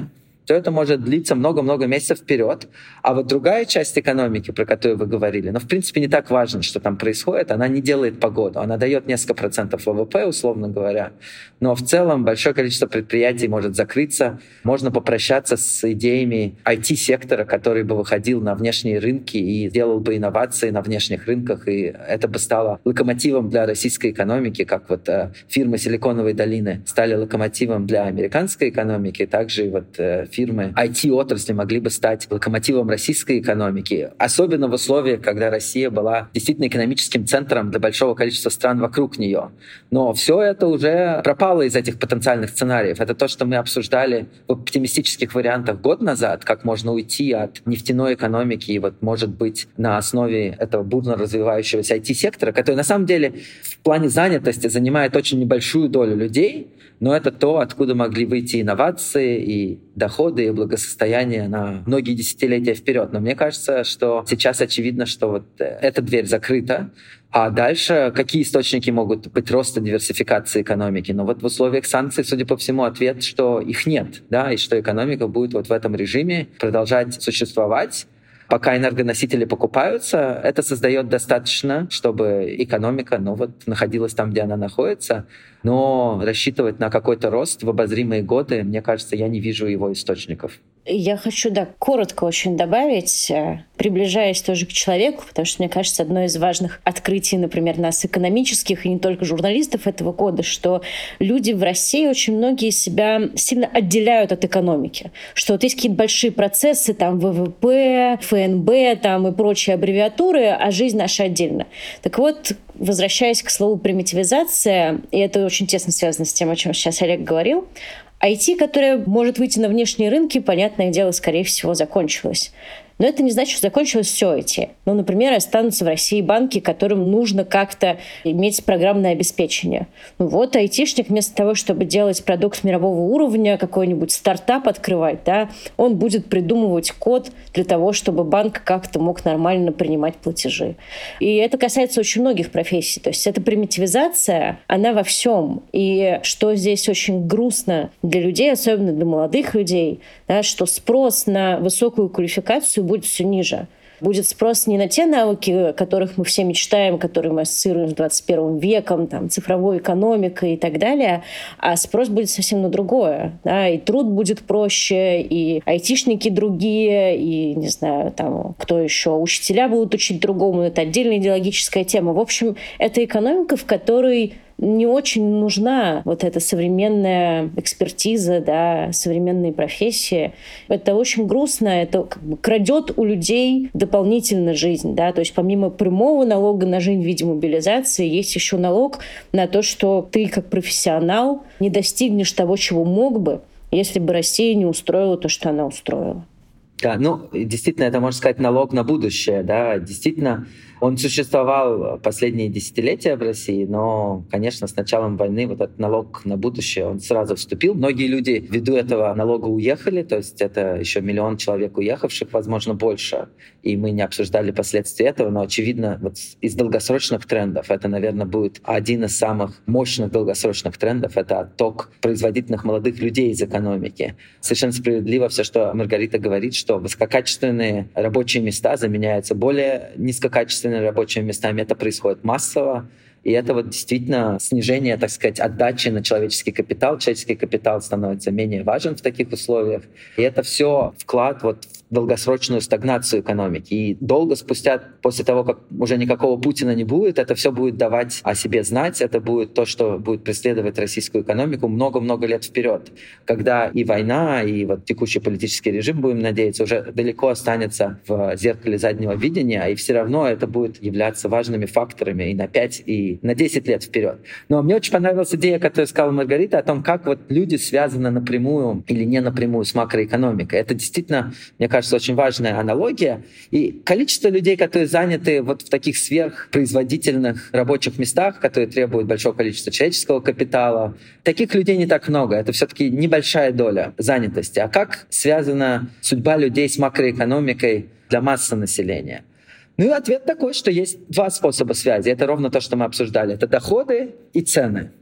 то это может длиться много-много месяцев вперед. А вот другая часть экономики, про которую вы говорили, в принципе, не так важно, что там происходит. Она не делает погоду. Она дает несколько процентов ВВП, условно говоря. Но в целом большое количество предприятий может закрыться. Можно попрощаться с идеями IT-сектора, который бы выходил на внешние рынки и делал бы инновации на внешних рынках. И это бы стало локомотивом для российской экономики, как вот фирмы Силиконовой долины стали локомотивом для американской экономики. Также вот фирмы IT-отрасли могли бы стать локомотивом российской экономики. Особенно в условиях, когда Россия была действительно экономическим центром для большого количества стран вокруг нее. Но все это уже пропало из этих потенциальных сценариев. Это то, что мы обсуждали в оптимистических вариантах год назад, как можно уйти от нефтяной экономики и вот, может быть, на основе этого бурно развивающегося IT-сектора, который на самом деле в плане занятости занимает очень небольшую долю людей, но это то, откуда могли выйти инновации и доходы, и благосостояние на многие десятилетия вперед. Но мне кажется, что сейчас очевидно, что вот эта дверь закрыта, а дальше какие источники могут быть роста диверсификации экономики? Но вот в условиях санкций, судя по всему, ответ, что их нет, да, и что экономика будет вот в этом режиме продолжать существовать. Пока энергоносители покупаются, это создает достаточно, чтобы экономика, находилась там, где она находится. Но рассчитывать на какой-то рост в обозримые годы, мне кажется, я не вижу его источников. Я хочу, коротко очень добавить, приближаясь тоже к человеку, потому что, мне кажется, одно из важных открытий, например, нас экономических и не только журналистов этого года, что люди в России очень многие себя сильно отделяют от экономики. Что вот есть какие-то большие процессы, там ВВП, ФНБ там, и прочие аббревиатуры, а жизнь наша отдельно. Так вот, возвращаясь к слову примитивизация, и это очень тесно связано с тем, о чем сейчас Олег говорил, IT, которая может выйти на внешние рынки, понятное дело, скорее всего, закончилась. Но это не значит, что закончилось все IT. Например, останутся в России банки, которым нужно как-то иметь программное обеспечение. Айтишник вместо того, чтобы делать продукт мирового уровня, какой-нибудь стартап открывать, он будет придумывать код для того, чтобы банк как-то мог нормально принимать платежи. И это касается очень многих профессий. То есть эта примитивизация, она во всем. И что здесь очень грустно для людей, особенно для молодых людей, что спрос на высокую квалификацию будет все ниже. Будет спрос не на те навыки, о которых мы все мечтаем, которые мы ассоциируем с 21 веком, цифровой экономикой и так далее, а спрос будет совсем на другое. И труд будет проще, и айтишники другие, и, не знаю, кто еще, учителя будут учить другому, это отдельная идеологическая тема. В общем, это экономика, в которой не очень нужна вот эта современная экспертиза, современные профессии. Это очень грустно, это крадет у людей дополнительно жизнь. То есть помимо прямого налога на жизнь в виде мобилизации, есть еще налог на то, что ты как профессионал не достигнешь того, чего мог бы, если бы Россия не устроила то, что она устроила. Да, действительно, это, можно сказать, налог на будущее. Действительно, он существовал последние десятилетия в России, но, конечно, с началом войны вот этот налог на будущее, он сразу вступил. Многие люди ввиду этого налога уехали, то есть это еще 1 миллион человек уехавших, возможно, больше. И мы не обсуждали последствия этого, но, очевидно, вот из долгосрочных трендов, это, наверное, будет один из самых мощных долгосрочных трендов, это отток производительных молодых людей из экономики. Совершенно справедливо все, что Маргарита говорит, что высококачественные рабочие места заменяются более низкокачественными рабочими местами. Это происходит массово. И это действительно снижение, так сказать, отдачи на человеческий капитал. Человеческий капитал становится менее важен в таких условиях. И это все вклад в долгосрочную стагнацию экономики. И долго спустя, после того, как уже никакого Путина не будет, это все будет давать о себе знать. Это будет то, что будет преследовать российскую экономику много-много лет вперед. Когда и война, и текущий политический режим, будем надеяться, уже далеко останется в зеркале заднего видения, и все равно это будет являться важными факторами и на 5, и на 10 лет вперед. Но мне очень понравилась идея, которую сказала Маргарита, о том, как люди связаны напрямую или не напрямую с макроэкономикой. Это действительно, мне кажется, очень важная аналогия. И количество людей, которые заняты в таких сверхпроизводительных рабочих местах, которые требуют большого количества человеческого капитала, таких людей не так много. Это все-таки небольшая доля занятости. А как связана судьба людей с макроэкономикой для массы населения? И ответ такой, что есть 2 способа связи. Это ровно то, что мы обсуждали. Это доходы и цены.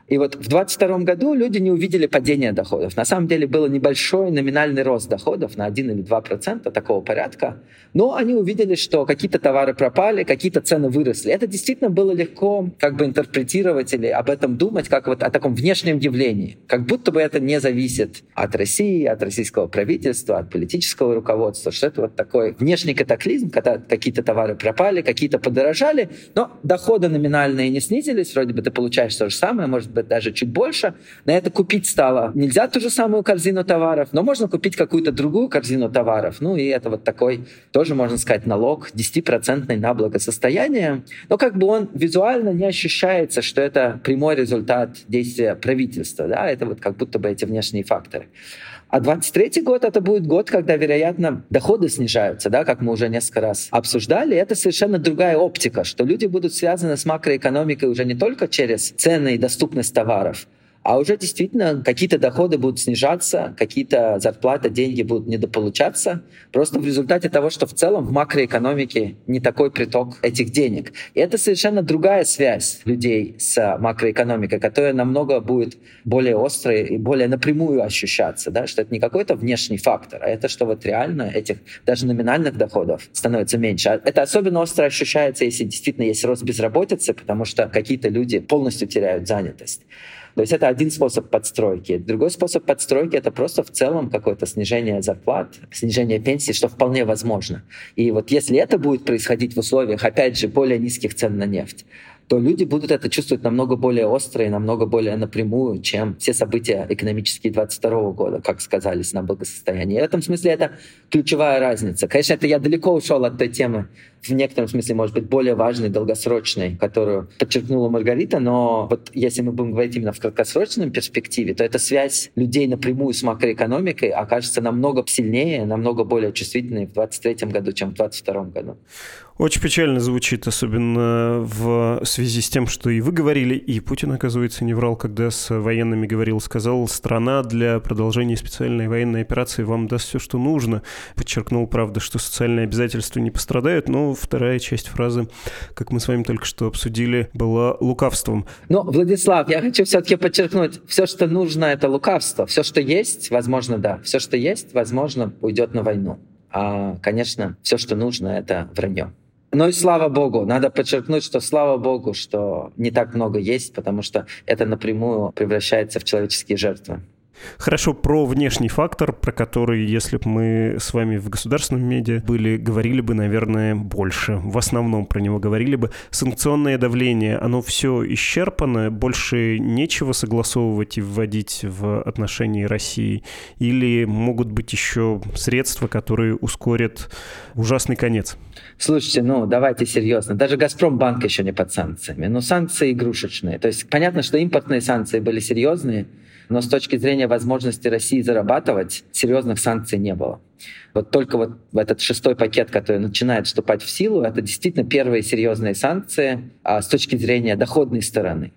И вот в 2022 году люди не увидели падения доходов. На самом деле был небольшой номинальный рост доходов на 1 или 2% такого порядка, но они увидели, что какие-то товары пропали, какие-то цены выросли. Это действительно было легко интерпретировать или об этом думать, как о таком внешнем явлении. Как будто бы это не зависит от России, от российского правительства, от политического руководства, что это такой внешний катаклизм, когда какие-то товары пропали, какие-то подорожали, но доходы номинальные не снизились, вроде бы ты получаешь то же самое, может быть, даже чуть больше. На это купить стало нельзя ту же самую корзину товаров, но можно купить какую-то другую корзину товаров. И это такой, тоже можно сказать, налог 10% на благосостояние. Но он визуально не ощущается, что это прямой результат действия правительства. Да? Это как будто бы эти внешние факторы. А 2023 год — это будет год, когда, вероятно, доходы снижаются, да, как мы уже несколько раз обсуждали. Это совершенно другая оптика, что люди будут связаны с макроэкономикой уже не только через цены и доступность товаров, а уже действительно какие-то доходы будут снижаться, какие-то зарплаты, деньги будут недополучаться, просто в результате того, что в целом в макроэкономике не такой приток этих денег. И это совершенно другая связь людей с макроэкономикой, которая намного будет более острой и более напрямую ощущаться, да? Что это не какой-то внешний фактор, а это что реально этих даже номинальных доходов становится меньше. Это особенно остро ощущается, если действительно есть рост безработицы, потому что какие-то люди полностью теряют занятость. То есть это один способ подстройки. Другой способ подстройки — это просто в целом какое-то снижение зарплат, снижение пенсий, что вполне возможно. И если это будет происходить в условиях, опять же, более низких цен на нефть, то люди будут это чувствовать намного более остро и намного более напрямую, чем все события экономические 2022 года, как сказались на благосостоянии. И в этом смысле это ключевая разница. Конечно, это я далеко ушел от той темы, в некотором смысле, может быть, более важной, долгосрочной, которую подчеркнула Маргарита, но если мы будем говорить именно в краткосрочном перспективе, то эта связь людей напрямую с макроэкономикой окажется намного сильнее, намного более чувствительной в 2023 году, чем в 2022 году. Очень печально звучит, особенно в связи с тем, что и вы говорили, и Путин, оказывается, не врал, когда с военными говорил, сказал: страна для продолжения специальной военной операции вам даст все, что нужно. Подчеркнул, правда, что социальные обязательства не пострадают, но вторая часть фразы, как мы с вами только что обсудили, была лукавством. Но, Владислав, я хочу все-таки подчеркнуть, все, что нужно, это лукавство. Все, что есть, возможно, да. Все, что есть, возможно, уйдет на войну. А, конечно, все, что нужно, это вранье. Но и слава Богу, надо подчеркнуть, что слава Богу, что не так много есть, потому что это напрямую превращается в человеческие жертвы. Хорошо, про внешний фактор, про который, если бы мы с вами в государственном медиа были, говорили бы, наверное, больше. В основном про него говорили бы. Санкционное давление, оно все исчерпано, больше нечего согласовывать и вводить в отношении России? Или могут быть еще средства, которые ускорят ужасный конец? Слушайте, давайте серьезно. Даже Газпромбанк еще не под санкциями. санкции игрушечные. То есть понятно, что импортные санкции были серьезные, но с точки зрения возможности России зарабатывать, серьезных санкций не было. Только этот 6-й пакет, который начинает вступать в силу, это действительно первые серьезные санкции с точки зрения доходной стороны.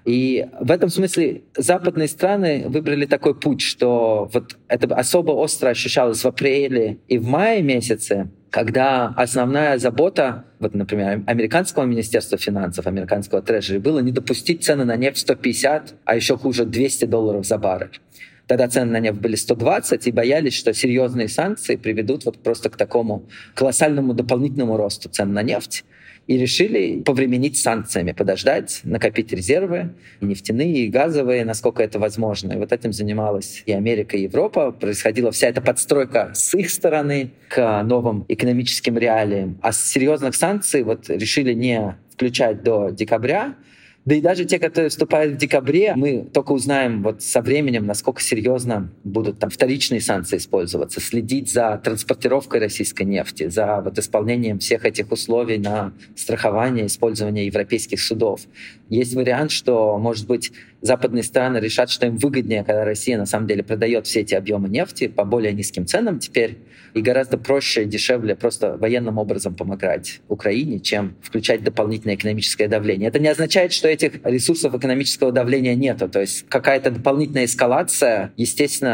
И в этом смысле западные страны выбрали такой путь, что это особо остро ощущалось в апреле и в мае месяце, когда основная забота, например, американского министерства финансов, американского трежери, было не допустить цены на нефть 150, а еще хуже $200 за баррель. Тогда цены на нефть были 120, и боялись, что серьезные санкции приведут просто к такому колоссальному дополнительному росту цен на нефть. И решили повременить с санкциями, подождать, накопить резервы, и нефтяные, и газовые, насколько это возможно. И этим занималась и Америка, и Европа. Происходила вся эта подстройка с их стороны к новым экономическим реалиям. А серьезных санкций решили не включать до декабря. Да и даже те, которые вступают в декабре, мы только узнаем со временем, насколько серьезно будут вторичные санкции использоваться, следить за транспортировкой российской нефти, за исполнением всех этих условий на страхование, использование европейских судов. Есть вариант, что, может быть, западные страны решат, что им выгоднее, когда Россия на самом деле продает все эти объемы нефти по более низким ценам теперь, и гораздо проще и дешевле просто военным образом помогать Украине, чем включать дополнительное экономическое давление. Это не означает, что этих ресурсов экономического давления нету. То есть какая-то дополнительная эскалация, естественно,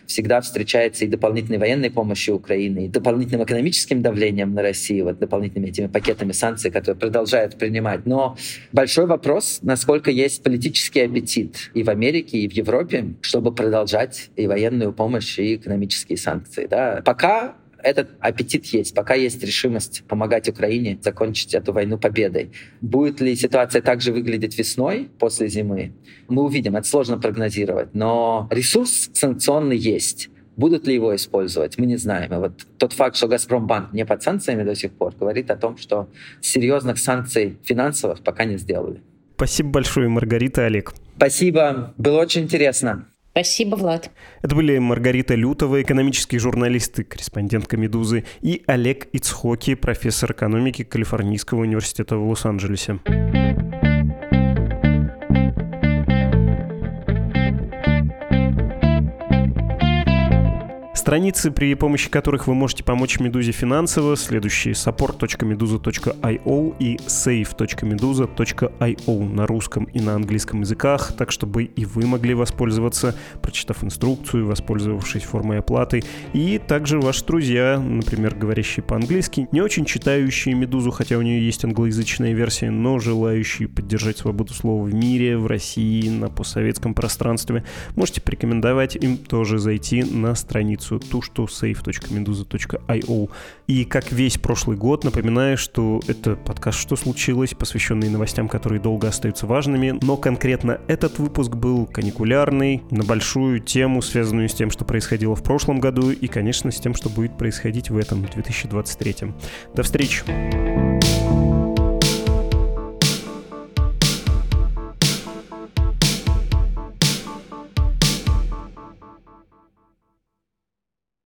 всегда встречается и дополнительной военной помощью Украины, и дополнительным экономическим давлением на Россию, вот дополнительными этими пакетами санкций, которые продолжают принимать. Но большой вопрос, насколько есть политический аппетит и в Америке, и в Европе, чтобы продолжать и военную помощь, и экономические санкции. Да. Пока этот аппетит есть, пока есть решимость помогать Украине закончить эту войну победой. Будет ли ситуация также выглядеть весной, после зимы? Мы увидим, это сложно прогнозировать, но ресурс санкционный есть. Будут ли его использовать, мы не знаем. И вот тот факт, что Газпромбанк не под санкциями до сих пор, говорит о том, что серьезных санкций финансовых пока не сделали. Спасибо большое, Маргарита, Олег. Спасибо, было очень интересно. Спасибо, Влад. Это были Маргарита Лютова, экономический журналист и корреспондентка «Медузы», и Олег Ицхоки, профессор экономики Калифорнийского университета в Лос-Анджелесе. Страницы, при помощи которых вы можете помочь «Медузе» финансово, следующие: support.meduza.io и save.meduza.io на русском и на английском языках, так чтобы и вы могли воспользоваться, прочитав инструкцию, воспользовавшись формой оплаты, и также ваши друзья, например, говорящие по-английски, не очень читающие «Медузу», хотя у нее есть англоязычная версия, но желающие поддержать свободу слова в мире, в России, на постсоветском пространстве, можете порекомендовать им тоже зайти на страницу ту, что save.meduza.io. И как весь прошлый год, напоминаю, что это подкаст «Что случилось?», посвященный новостям, которые долго остаются важными, но конкретно этот выпуск был каникулярный, на большую тему, связанную с тем, что происходило в прошлом году, и, конечно, с тем, что будет происходить в этом 2023. До встречи!